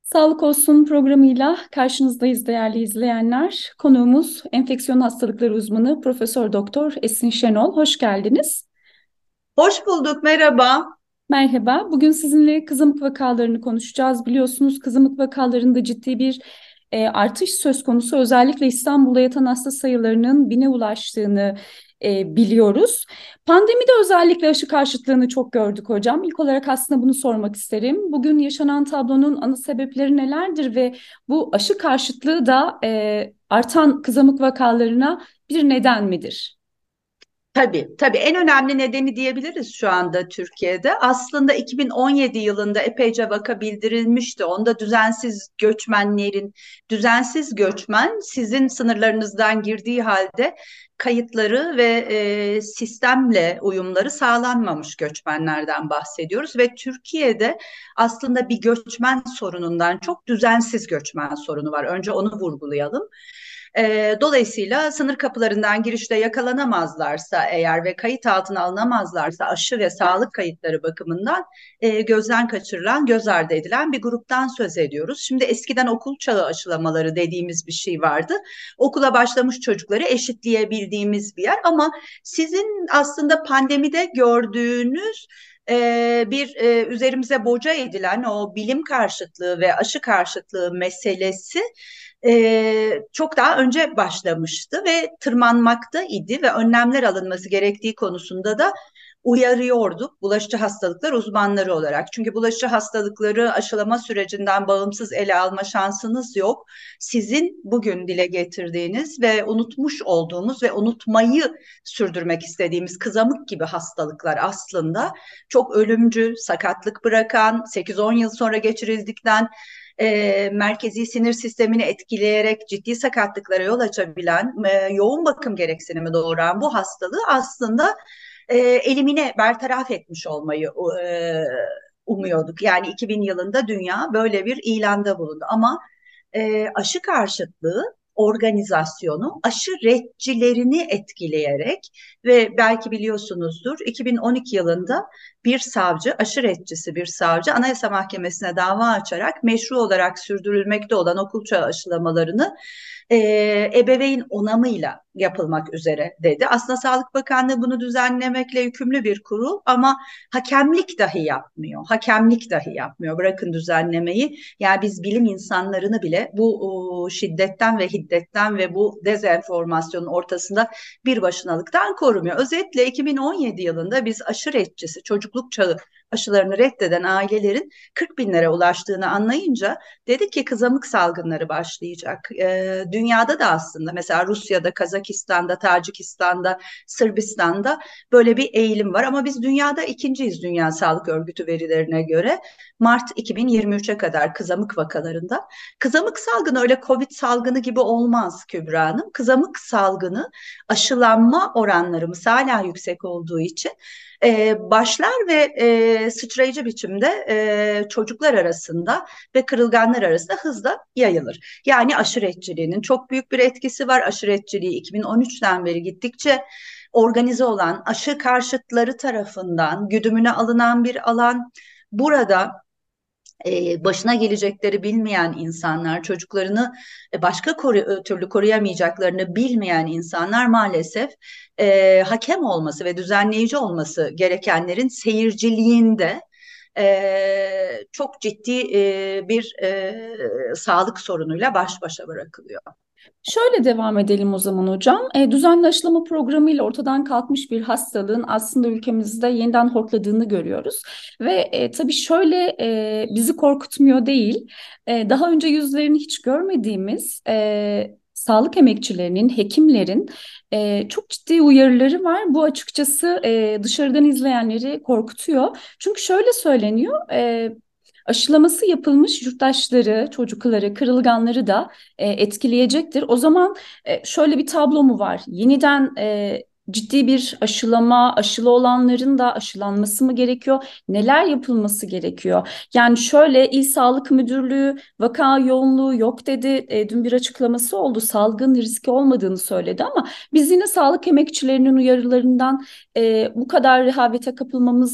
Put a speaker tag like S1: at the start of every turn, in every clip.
S1: Sağlık Olsun programıyla karşınızdayız değerli izleyenler. Konuğumuz enfeksiyon hastalıkları uzmanı Profesör Doktor Esin Şenol. Hoş geldiniz.
S2: Hoş bulduk, merhaba.
S1: Merhaba. Bugün sizinle kızamık vakalarını konuşacağız. Biliyorsunuz kızamık vakalarında ciddi bir artış söz konusu. Özellikle İstanbul'da yatan hasta sayılarının bine ulaştığını biliyoruz. Pandemide özellikle aşı karşıtlığını çok gördük hocam. İlk olarak aslında bunu sormak isterim. Bugün yaşanan tablonun ana sebepleri nelerdir ve bu aşı karşıtlığı da artan kızamık vakalarına bir neden midir?
S2: Tabii en önemli nedeni diyebiliriz şu anda Türkiye'de. Aslında 2017 yılında epeyce vaka bildirilmişti. Onda düzensiz göçmen sizin sınırlarınızdan girdiği halde kayıtları ve sistemle uyumları sağlanmamış göçmenlerden bahsediyoruz. Ve Türkiye'de aslında bir göçmen sorunundan çok düzensiz göçmen sorunu var. Önce onu vurgulayalım. Dolayısıyla sınır kapılarından girişte yakalanamazlarsa eğer ve kayıt altına alınamazlarsa aşı ve sağlık kayıtları bakımından gözden kaçırılan, göz ardı edilen bir gruptan söz ediyoruz. Şimdi eskiden okul çağı aşılamaları dediğimiz bir şey vardı. Okula başlamış çocukları eşitleyebildiğimiz bir yer ama sizin aslında pandemide gördüğünüz üzerimize boca edilen o bilim karşıtlığı ve aşı karşıtlığı meselesi çok daha önce başlamıştı ve tırmanmakta idi ve önlemler alınması gerektiği konusunda da uyarıyorduk bulaşıcı hastalıklar uzmanları olarak. Çünkü bulaşıcı hastalıkları aşılama sürecinden bağımsız ele alma şansınız yok. Sizin bugün dile getirdiğiniz ve unutmuş olduğumuz ve unutmayı sürdürmek istediğimiz kızamık gibi hastalıklar aslında çok ölümcül, sakatlık bırakan, 8-10 yıl sonra geçirildikten merkezi sinir sistemini etkileyerek ciddi sakatlıklara yol açabilen, yoğun bakım gereksinimi doğuran bu hastalığı aslında elimine bertaraf etmiş olmayı umuyorduk. Yani 2000 yılında dünya böyle bir ilanda bulundu. Ama aşı karşıtlığı organizasyonu aşı retçilerini etkileyerek ve belki biliyorsunuzdur 2012 yılında bir savcı, aşı retçisi bir savcı Anayasa Mahkemesi'ne dava açarak meşru olarak sürdürülmekte olan okul çağı aşılamalarını ebeveyn onamıyla yapılmak üzere dedi. Aslında Sağlık Bakanlığı bunu düzenlemekle yükümlü bir kurul ama hakemlik dahi yapmıyor. Hakemlik dahi yapmıyor. Bırakın düzenlemeyi. Yani biz bilim insanlarını bile bu şiddetten ve hiddetten ve bu dezenformasyonun ortasında bir başınalıktan korumuyor. Özetle 2017 yılında biz aşı retçisi, çocukluk çağı aşılarını reddeden ailelerin 40 binlere ulaştığını anlayınca dedik ki kızamık salgınları başlayacak. Dünyada da aslında mesela Rusya'da, Kazakistan'da, Tacikistan'da, Sırbistan'da böyle bir eğilim var. Ama biz dünyada ikinciyiz Dünya Sağlık Örgütü verilerine göre. Mart 2023'e kadar kızamık vakalarında. Kızamık salgını öyle Covid salgını gibi olmaz Kübra Hanım. Kızamık salgını aşılanma oranlarımız hala yüksek olduğu için başlar ve sıçrayıcı biçimde çocuklar arasında ve kırılganlar arasında hızla yayılır. Yani aşiretçiliğinin çok büyük bir etkisi var. Aşiretçiliği 2013'ten beri gittikçe organize olan aşı karşıtları tarafından güdümüne alınan bir alan. Burada başına gelecekleri bilmeyen insanlar, çocuklarını türlü koruyamayacaklarını bilmeyen insanlar maalesef hakem olması ve düzenleyici olması gerekenlerin seyirciliğinde çok ciddi bir sağlık sorunuyla baş başa bırakılıyor.
S1: Şöyle devam edelim o zaman hocam. Düzenli aşılama programıyla ortadan kalkmış bir hastalığın aslında ülkemizde yeniden hortladığını görüyoruz. Ve tabii şöyle bizi korkutmuyor değil. Daha önce yüzlerini hiç görmediğimiz sağlık emekçilerinin, hekimlerin çok ciddi uyarıları var. Bu açıkçası dışarıdan izleyenleri korkutuyor. Çünkü şöyle söyleniyor. Aşılaması yapılmış yurttaşları, çocukları, kırılganları da etkileyecektir. O zaman şöyle bir tablo mu var? Yeniden ciddi bir aşılama, aşılı olanların da aşılanması mı gerekiyor? Neler yapılması gerekiyor? Yani şöyle İl Sağlık Müdürlüğü vaka yoğunluğu yok dedi. Dün bir açıklaması oldu. Salgın riski olmadığını söyledi ama biz yine sağlık emekçilerinin uyarılarından bu kadar rehavete kapılmamız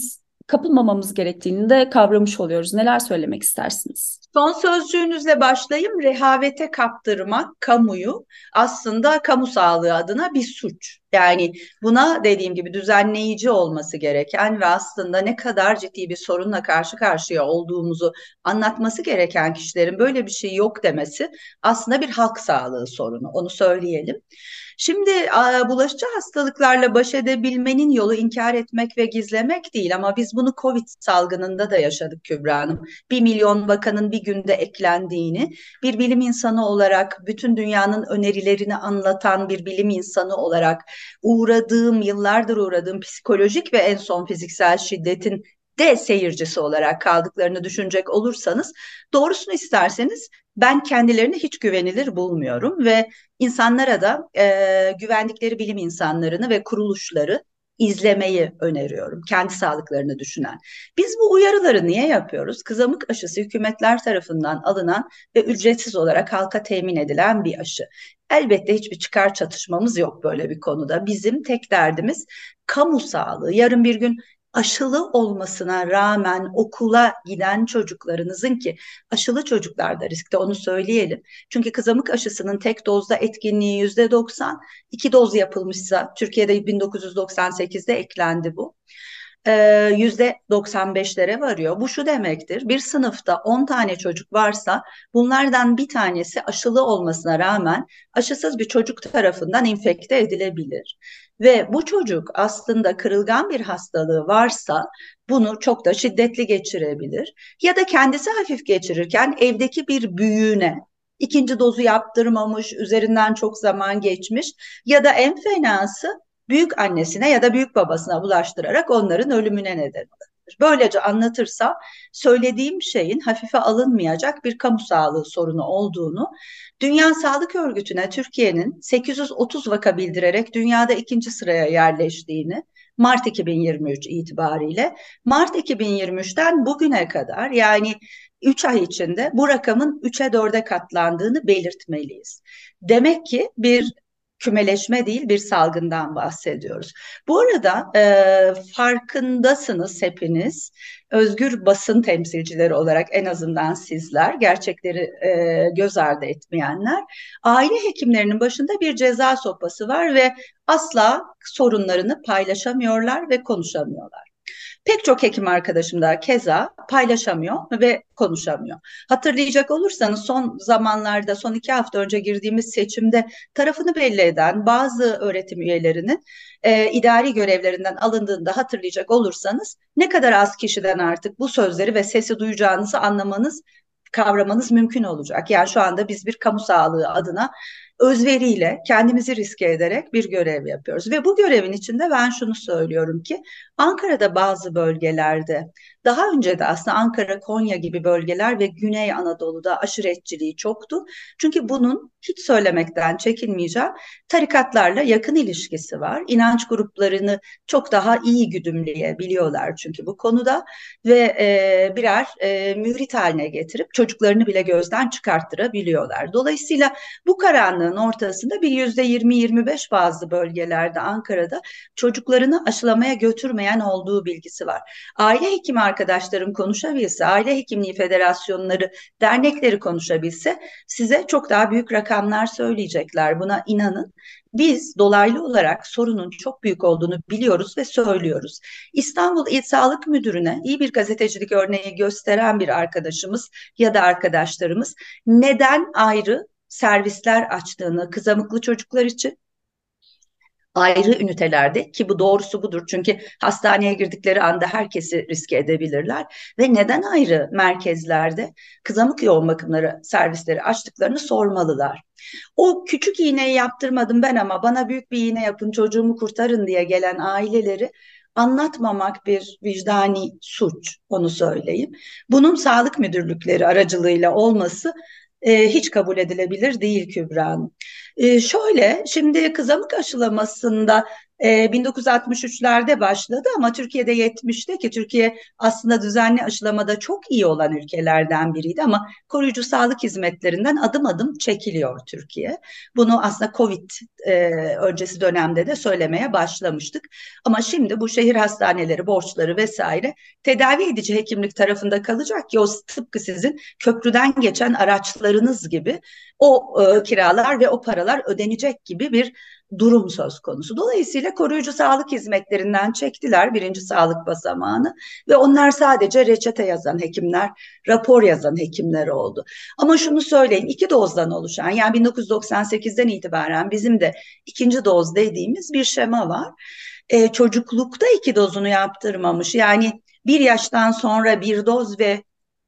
S1: kapılmamamız gerektiğini de kavramış oluyoruz. Neler söylemek istersiniz?
S2: Son sözcüğünüzle başlayayım. Rehavete kaptırmak kamuyu aslında kamu sağlığı adına bir suç. Yani buna dediğim gibi düzenleyici olması gereken ve aslında ne kadar ciddi bir sorunla karşı karşıya olduğumuzu anlatması gereken kişilerin böyle bir şey yok demesi aslında bir halk sağlığı sorunu. Onu söyleyelim. Şimdi bulaşıcı hastalıklarla baş edebilmenin yolu inkar etmek ve gizlemek değil ama biz bunu Covid salgınında da yaşadık Kübra Hanım. 1 milyon vakanın bir günde eklendiğini, bir bilim insanı olarak bütün dünyanın önerilerini anlatan bir bilim insanı olarak yıllardır uğradığım psikolojik ve en son fiziksel şiddetin de seyircisi olarak kaldıklarını düşünecek olursanız, doğrusunu isterseniz ben kendilerini hiç güvenilir bulmuyorum ve insanlara da güvendikleri bilim insanlarını ve kuruluşları izlemeyi öneriyorum. Kendi sağlıklarını düşünen. Biz bu uyarıları niye yapıyoruz? Kızamık aşısı hükümetler tarafından alınan ve ücretsiz olarak halka temin edilen bir aşı. Elbette hiçbir çıkar çatışmamız yok böyle bir konuda. Bizim tek derdimiz kamu sağlığı. Yarın bir gün aşılı olmasına rağmen okula giden çocuklarınızın, ki aşılı çocuklar da riskte, onu söyleyelim. Çünkü kızamık aşısının tek dozda etkinliği %90, 2 doz yapılmışsa, Türkiye'de 1998'de eklendi bu. %95'lere varıyor. Bu şu demektir: bir sınıfta 10 tane çocuk varsa bunlardan bir tanesi aşılı olmasına rağmen aşısız bir çocuk tarafından infekte edilebilir. Ve bu çocuk aslında kırılgan bir hastalığı varsa bunu çok da şiddetli geçirebilir. Ya da kendisi hafif geçirirken evdeki bir büyüğüne, ikinci dozu yaptırmamış, üzerinden çok zaman geçmiş ya da en fenası büyük annesine ya da büyük babasına bulaştırarak onların ölümüne neden olabilir. Böylece anlatırsam söylediğim şeyin hafife alınmayacak bir kamu sağlığı sorunu olduğunu, Dünya Sağlık Örgütü'ne Türkiye'nin 830 vaka bildirerek dünyada ikinci sıraya yerleştiğini, Mart 2023 itibariyle, Mart 2023'ten bugüne kadar, yani 3 ay içinde bu rakamın 3'e 4'e katlandığını belirtmeliyiz. Demek ki bir kümeleşme değil, bir salgından bahsediyoruz. Bu arada farkındasınız hepiniz, özgür basın temsilcileri olarak en azından sizler, gerçekleri göz ardı etmeyenler, aile hekimlerinin başında bir ceza sopası var ve asla sorunlarını paylaşamıyorlar ve konuşamıyorlar. Pek çok hekim arkadaşım da keza paylaşamıyor ve konuşamıyor. Hatırlayacak olursanız son zamanlarda, son 2 hafta önce girdiğimiz seçimde tarafını belli eden bazı öğretim üyelerinin idari görevlerinden alındığında hatırlayacak olursanız, ne kadar az kişiden artık bu sözleri ve sesi duyacağınızı anlamanız, kavramanız mümkün olacak. Yani şu anda biz bir kamu sağlığı adına özveriyle, kendimizi riske ederek bir görev yapıyoruz. Ve bu görevin içinde ben şunu söylüyorum ki, Ankara'da bazı bölgelerde, daha önce de aslında Ankara, Konya gibi bölgeler ve Güney Anadolu'da aşiretçiliği çoktu. Çünkü bunun, hiç söylemekten çekinmeyeceğim, tarikatlarla yakın ilişkisi var. İnanç gruplarını çok daha iyi güdümleyebiliyorlar çünkü bu konuda ve birer mürit haline getirip çocuklarını bile gözden çıkarttırabiliyorlar. Dolayısıyla bu karanlığın ortasında bir %20-25 bazı bölgelerde Ankara'da çocuklarını aşılamaya götürmeyen olduğu bilgisi var. Aile hekimi arkadaşlarım konuşabilse, aile hekimliği federasyonları, dernekleri konuşabilse size çok daha büyük rakamlar söyleyecekler. Buna inanın. Biz dolaylı olarak sorunun çok büyük olduğunu biliyoruz ve söylüyoruz. İstanbul İl Sağlık Müdürü'ne iyi bir gazetecilik örneği gösteren bir arkadaşımız ya da arkadaşlarımız neden ayrı servisler açtığını, kızamıklı çocuklar için ayrı ünitelerde, ki bu doğrusu budur çünkü hastaneye girdikleri anda herkesi riske edebilirler, ve neden ayrı merkezlerde kızamık yoğun bakımları servisleri açtıklarını sormalılar. O küçük iğneyi yaptırmadım ben ama bana büyük bir iğne yapın, çocuğumu kurtarın diye gelen aileleri anlatmamak bir vicdani suç, onu söyleyeyim. Bunun sağlık müdürlükleri aracılığıyla olması hiç kabul edilebilir değil Kübra Hanım. Şöyle, şimdi kızamık aşılamasında 1963'lerde başladı ama Türkiye'de 70'te, ki Türkiye aslında düzenli aşılamada çok iyi olan ülkelerden biriydi ama koruyucu sağlık hizmetlerinden adım adım çekiliyor Türkiye. Bunu aslında Covid öncesi dönemde de söylemeye başlamıştık. Ama şimdi bu şehir hastaneleri, borçları vesaire tedavi edici hekimlik tarafında kalacak ki o tıpkı sizin köprüden geçen araçlarınız gibi o kiralar ve o paralar ödenecek gibi bir durum söz konusu. Dolayısıyla koruyucu sağlık hizmetlerinden çektiler birinci sağlık basamağını ve onlar sadece reçete yazan hekimler, rapor yazan hekimler oldu. Ama şunu söyleyeyim, iki dozdan oluşan, yani 1998'den itibaren bizim de ikinci doz dediğimiz bir şema var. Çocuklukta iki dozunu yaptırmamış, yani bir yaştan sonra bir doz ve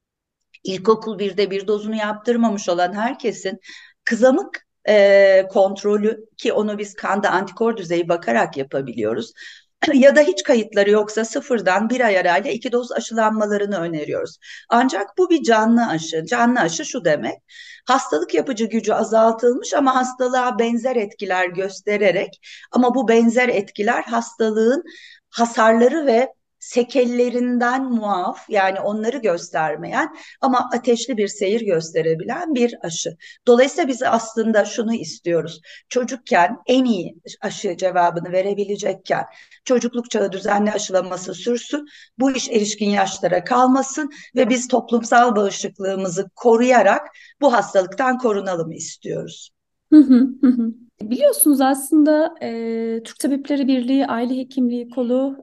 S2: ilkokul birde bir dozunu yaptırmamış olan herkesin kızamık kontrolü, ki onu biz kanda antikor düzeyi bakarak yapabiliyoruz. Ya da hiç kayıtları yoksa sıfırdan bir ay arayla iki doz aşılanmalarını öneriyoruz. Ancak bu bir canlı aşı. Canlı aşı şu demek: hastalık yapıcı gücü azaltılmış ama hastalığa benzer etkiler göstererek, ama bu benzer etkiler hastalığın hasarları ve sekellerinden muaf, yani onları göstermeyen ama ateşli bir seyir gösterebilen bir aşı. Dolayısıyla biz aslında şunu istiyoruz: çocukken en iyi aşı cevabını verebilecekken çocukluk çağı düzenli aşılaması sürsün, bu iş erişkin yaşlara kalmasın ve biz toplumsal bağışıklığımızı koruyarak bu hastalıktan korunalım istiyoruz.
S1: Hı hı, hı hı. Biliyorsunuz aslında Türk Tabipleri Birliği Aile Hekimliği Kolu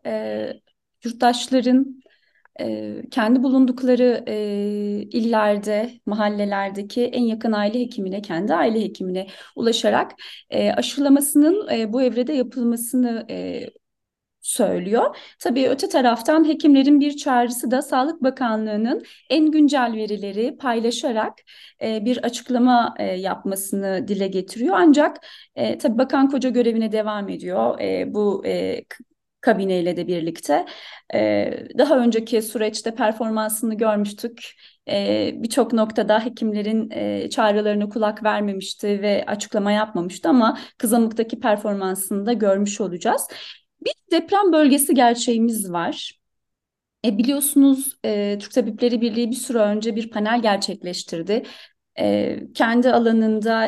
S1: yurttaşların kendi bulundukları illerde, mahallelerdeki en yakın aile hekimine, kendi aile hekimine ulaşarak aşılamasının bu evrede yapılmasını söylüyor. Tabii öte taraftan hekimlerin bir çağrısı da Sağlık Bakanlığı'nın en güncel verileri paylaşarak bir açıklama yapmasını dile getiriyor. Ancak tabii Bakan Koca görevine devam ediyor. Bu kabineyle de birlikte. Daha önceki süreçte performansını görmüştük. Birçok noktada hekimlerin çağrılarına kulak vermemişti ve açıklama yapmamıştı ama kızamıktaki performansını da görmüş olacağız. Bir deprem bölgesi gerçeğimiz var. Biliyorsunuz Türk Tabipleri Birliği bir süre önce bir panel gerçekleştirdi. Kendi alanında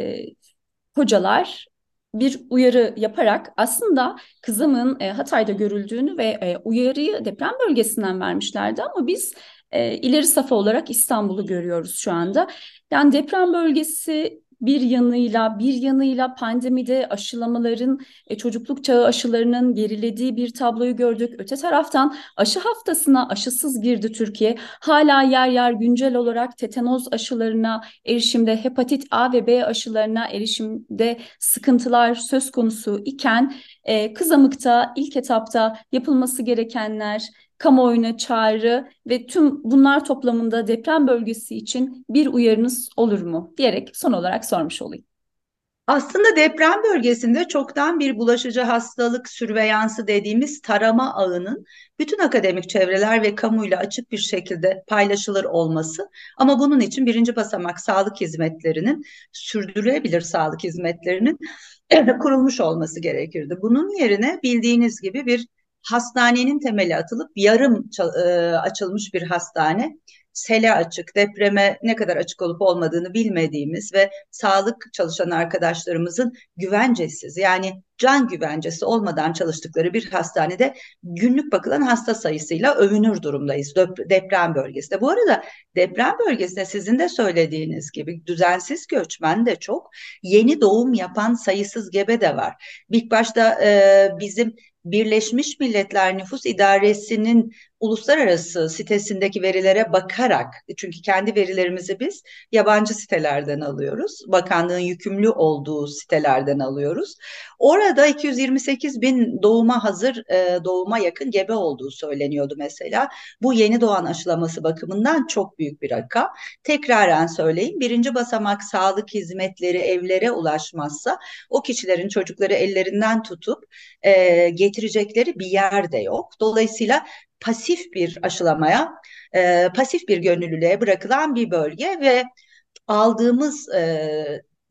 S1: hocalar bir uyarı yaparak aslında kızamığın Hatay'da görüldüğünü ve uyarıyı deprem bölgesinden vermişlerdi ama biz ileri safa olarak İstanbul'u görüyoruz şu anda. Yani deprem bölgesi bir yanıyla pandemide aşılamaların çocukluk çağı aşılarının gerilediği bir tabloyu gördük. Öte taraftan aşı haftasına aşısız girdi Türkiye. Hala yer yer güncel olarak tetanoz aşılarına erişimde, hepatit A ve B aşılarına erişimde sıkıntılar söz konusu iken kızamıkta ilk etapta yapılması gerekenler, kamuoyuna çağrı ve tüm bunlar toplamında deprem bölgesi için bir uyarınız olur mu diyerek son olarak sormuş olayım.
S2: Aslında deprem bölgesinde çoktan bir bulaşıcı hastalık sürveyansı dediğimiz tarama ağının bütün akademik çevreler ve kamuyla açık bir şekilde paylaşılır olması, ama bunun için birinci basamak sağlık hizmetlerinin, sürdürülebilir sağlık hizmetlerinin kurulmuş olması gerekirdi. Bunun yerine bildiğiniz gibi bir hastanenin temeli atılıp yarım açılmış bir hastane, sele açık, depreme ne kadar açık olup olmadığını bilmediğimiz ve sağlık çalışan arkadaşlarımızın güvencesiz, yani can güvencesi olmadan çalıştıkları bir hastanede günlük bakılan hasta sayısıyla övünür durumdayız deprem bölgesinde. Bu arada deprem bölgesinde sizin de söylediğiniz gibi düzensiz göçmen de çok, yeni doğum yapan sayısız gebe de var. İlk başta bizim Birleşmiş Milletler Nüfus İdaresi'nin uluslararası sitesindeki verilere bakarak, çünkü kendi verilerimizi biz yabancı sitelerden alıyoruz, bakanlığın yükümlü olduğu sitelerden alıyoruz. Orada 228 bin doğuma hazır, doğuma yakın gebe olduğu söyleniyordu mesela. Bu yeni doğan aşılaması bakımından çok büyük bir rakam. Tekraren söyleyeyim, birinci basamak sağlık hizmetleri evlere ulaşmazsa o kişilerin çocukları ellerinden tutup getirecekleri bir yer de yok. Dolayısıyla pasif bir aşılamaya, pasif bir gönüllülüğe bırakılan bir bölge ve aldığımız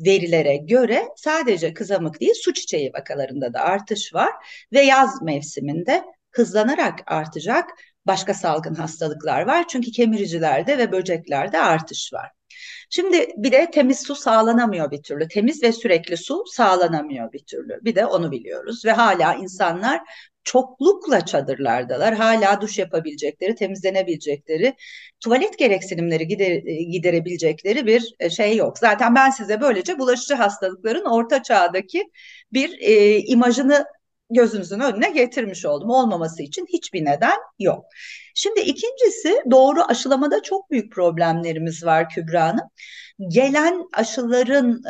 S2: verilere göre sadece kızamık değil, su çiçeği vakalarında da artış var ve yaz mevsiminde hızlanarak artacak başka salgın hastalıklar var. Çünkü kemiricilerde ve böceklerde artış var. Şimdi bir de temiz su sağlanamıyor bir türlü. Temiz ve sürekli su sağlanamıyor bir türlü. Bir de onu biliyoruz ve hala insanlar çoklukla çadırlardalar. Hala duş yapabilecekleri, temizlenebilecekleri, tuvalet gereksinimleri giderebilecekleri bir şey yok. Zaten ben size böylece bulaşıcı hastalıkların orta çağdaki bir imajını gözünüzün önüne getirmiş oldum. Olmaması için hiçbir neden yok. Şimdi ikincisi, doğru aşılamada çok büyük problemlerimiz var Kübra Hanım. Gelen aşıların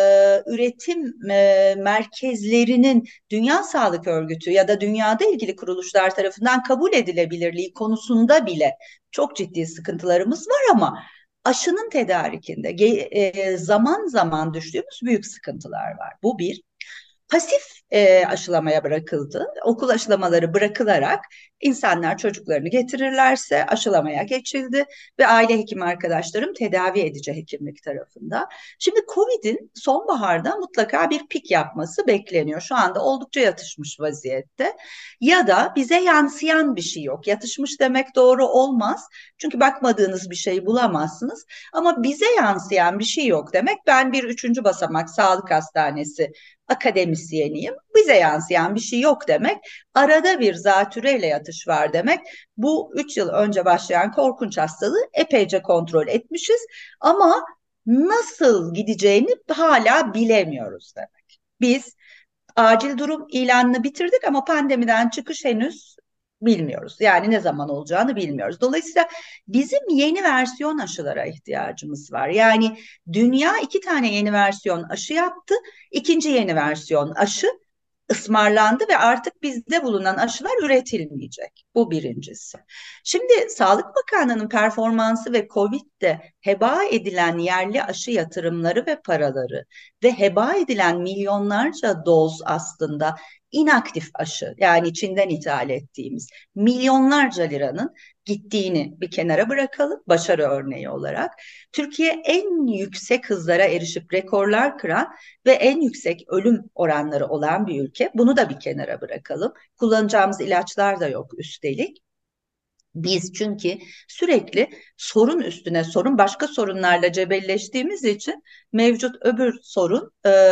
S2: üretim merkezlerinin Dünya Sağlık Örgütü ya da dünyada ilgili kuruluşlar tarafından kabul edilebilirliği konusunda bile çok ciddi sıkıntılarımız var ama aşının tedarikinde zaman zaman düştüğümüz büyük sıkıntılar var. Bu bir. Pasif aşılamaya bırakıldı. Okul aşılamaları bırakılarak insanlar çocuklarını getirirlerse aşılamaya geçildi ve aile hekimi arkadaşlarım tedavi edici hekimlik tarafında. Şimdi Covid'in sonbaharda mutlaka bir pik yapması bekleniyor. Şu anda oldukça yatışmış vaziyette ya da bize yansıyan bir şey yok. Yatışmış demek doğru olmaz. Çünkü bakmadığınız bir şey bulamazsınız. Ama bize yansıyan bir şey yok demek. Ben bir üçüncü basamak sağlık hastanesi akademisyeniyim. Bize yansıyan bir şey yok demek. Arada bir zatüreyle yatış var demek. Bu 3 yıl önce başlayan korkunç hastalığı epeyce kontrol etmişiz ama nasıl gideceğini hala bilemiyoruz demek. Biz acil durum ilanını bitirdik ama pandemiden çıkış henüz bilmiyoruz. Yani ne zaman olacağını bilmiyoruz. Dolayısıyla bizim yeni versiyon aşılara ihtiyacımız var. Yani dünya 2 tane yeni versiyon aşı yaptı. İkinci yeni versiyon aşı ısmarlandı ve artık bizde bulunan aşılar üretilmeyecek. Bu birincisi. Şimdi Sağlık Bakanlığı'nın performansı ve Covid'de heba edilen yerli aşı yatırımları ve paraları ve heba edilen milyonlarca doz aslında inaktif aşı, yani Çin'den ithal ettiğimiz milyonlarca liranın gittiğini bir kenara bırakalım başarı örneği olarak. Türkiye en yüksek hızlara erişip rekorlar kıran ve en yüksek ölüm oranları olan bir ülke. Bunu da bir kenara bırakalım. Kullanacağımız ilaçlar da yok üstelik. Biz çünkü sürekli sorun üstüne sorun, başka sorunlarla cebelleştiğimiz için mevcut öbür sorun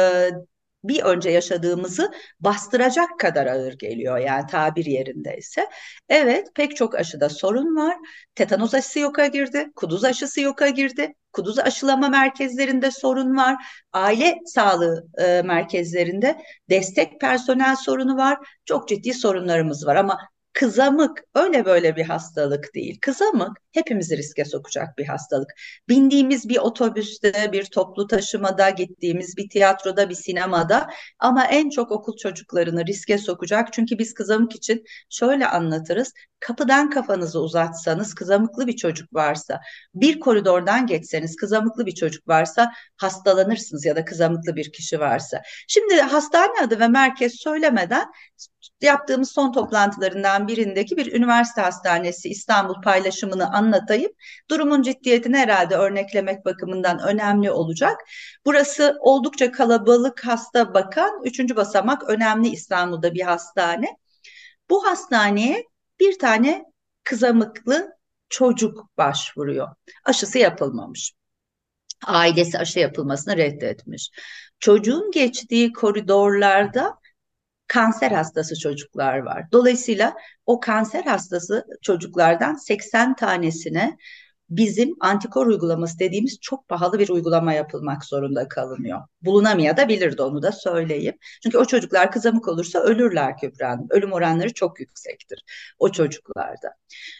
S2: bir önce yaşadığımızı bastıracak kadar ağır geliyor, yani tabir yerindeyse. Evet, pek çok aşıda sorun var. Tetanos aşısı yoka girdi, kuduz aşısı yoka girdi. Kuduz aşılama merkezlerinde sorun var. Aile sağlığı merkezlerinde destek personel sorunu var. Çok ciddi sorunlarımız var ama kızamık öyle böyle bir hastalık değil. Kızamık hepimizi riske sokacak bir hastalık. Bindiğimiz bir otobüste, bir toplu taşımada, gittiğimiz bir tiyatroda, bir sinemada ama en çok okul çocuklarını riske sokacak. Çünkü biz kızamık için şöyle anlatırız. Kapıdan kafanızı uzatsanız kızamıklı bir çocuk varsa, bir koridordan geçseniz kızamıklı bir çocuk varsa hastalanırsınız ya da kızamıklı bir kişi varsa. Şimdi hastane adı ve merkez söylemeden yaptığımız son toplantılarından birindeki bir üniversite hastanesi İstanbul paylaşımını anlatayım. Durumun ciddiyetini herhalde örneklemek bakımından önemli olacak. Burası oldukça kalabalık, hasta bakan 3. basamak önemli İstanbul'da bir hastane. Bu hastaneye bir tane kızamıklı çocuk başvuruyor. Aşısı yapılmamış. Ailesi aşı yapılmasını reddetmiş. Çocuğun geçtiği koridorlarda kanser hastası çocuklar var. Dolayısıyla o kanser hastası çocuklardan 80 tanesine bizim antikor uygulaması dediğimiz çok pahalı bir uygulama yapılmak zorunda kalınıyor. Bulunamaya da bilirdi, onu da söyleyeyim. Çünkü o çocuklar kızamık olursa ölürler Kübra Hanım. Ölüm oranları çok yüksektir o çocuklarda.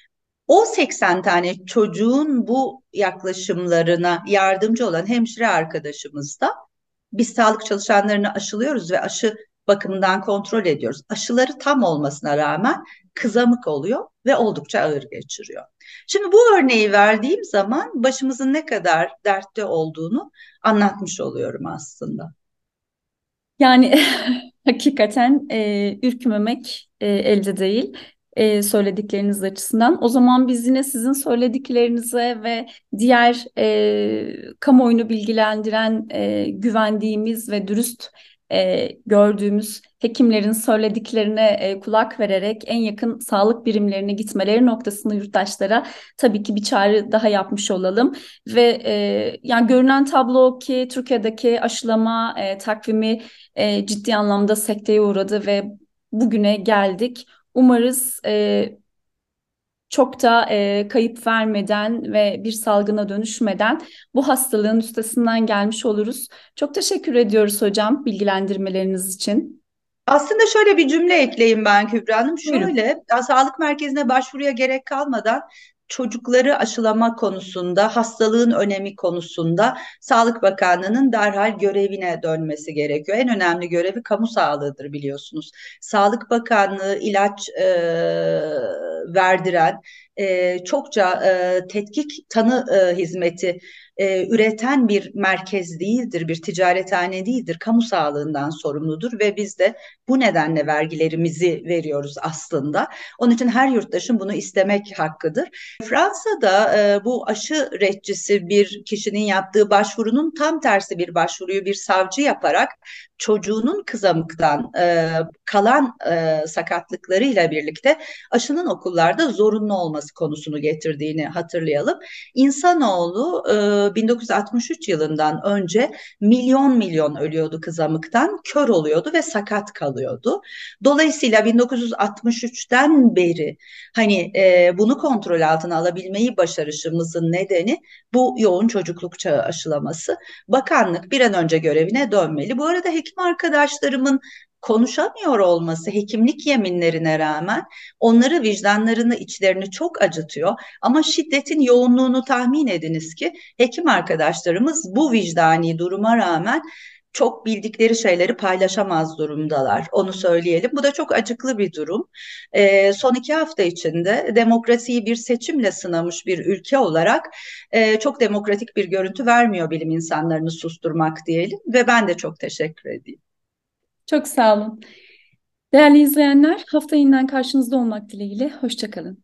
S2: O 80 tane çocuğun bu yaklaşımlarına yardımcı olan hemşire arkadaşımız da biz sağlık çalışanlarını aşılıyoruz ve aşı bakımından kontrol ediyoruz. Aşıları tam olmasına rağmen kızamık oluyor ve oldukça ağır geçiriyor. Şimdi bu örneği verdiğim zaman başımızın ne kadar dertte olduğunu anlatmış oluyorum aslında.
S1: Yani hakikaten ürkmemek elde değil. söyledikleriniz açısından. O zaman biz yine sizin söylediklerinize ve diğer kamuoyunu bilgilendiren, güvendiğimiz ve dürüst gördüğümüz hekimlerin söylediklerine kulak vererek en yakın sağlık birimlerine gitmeleri noktasında yurttaşlara tabii ki bir çağrı daha yapmış olalım. Ve yani görünen tablo o ki Türkiye'deki aşılama takvimi ciddi anlamda sekteye uğradı ve bugüne geldik. Umarız çok da kayıp vermeden ve bir salgına dönüşmeden bu hastalığın üstesinden gelmiş oluruz. Çok teşekkür ediyoruz hocam bilgilendirmeleriniz için.
S2: Aslında şöyle bir cümle ekleyeyim ben Kübra Hanım.
S1: Buyurun.
S2: Şöyle, sağlık merkezine başvuruya gerek kalmadan çocukları aşılama konusunda, hastalığın önemi konusunda Sağlık Bakanlığı'nın derhal görevine dönmesi gerekiyor. En önemli görevi kamu sağlığıdır biliyorsunuz. Sağlık Bakanlığı ilaç verdiren, çokça tetkik tanı hizmeti üreten bir merkez değildir, bir ticarethane değildir. Kamu sağlığından sorumludur ve biz de bu nedenle vergilerimizi veriyoruz aslında. Onun için her yurttaşın bunu istemek hakkıdır. Fransa'da bu aşı retçisi bir kişinin yaptığı başvurunun tam tersi bir başvuruyu bir savcı yaparak çocuğunun kızamıktan kalan sakatlıklarıyla birlikte aşının okullarda zorunlu olması konusunu getirdiğini hatırlayalım. İnsanoğlu 1963 yılından önce milyon milyon ölüyordu kızamıktan, kör oluyordu ve sakat kalıyordu. Dolayısıyla 1963'ten beri hani bunu kontrol altına alabilmeyi başarışımızın nedeni bu yoğun çocukluk çağı aşılaması. Bakanlık bir an önce görevine dönmeli. Bu arada hekim arkadaşlarımın konuşamıyor olması hekimlik yeminlerine rağmen onları vicdanlarını, içlerini çok acıtıyor. Ama şiddetin yoğunluğunu tahmin ediniz ki hekim arkadaşlarımız bu vicdani duruma rağmen çok bildikleri şeyleri paylaşamaz durumdalar. Onu söyleyelim. Bu da çok acıklı bir durum. Son 2 hafta içinde demokrasiyi bir seçimle sınamış bir ülke olarak çok demokratik bir görüntü vermiyor bilim insanlarını susturmak diyelim. Ve ben de çok teşekkür edeyim.
S1: Çok sağ olun. Değerli izleyenler, hafta yeniden karşınızda olmak dileğiyle. Hoşça kalın.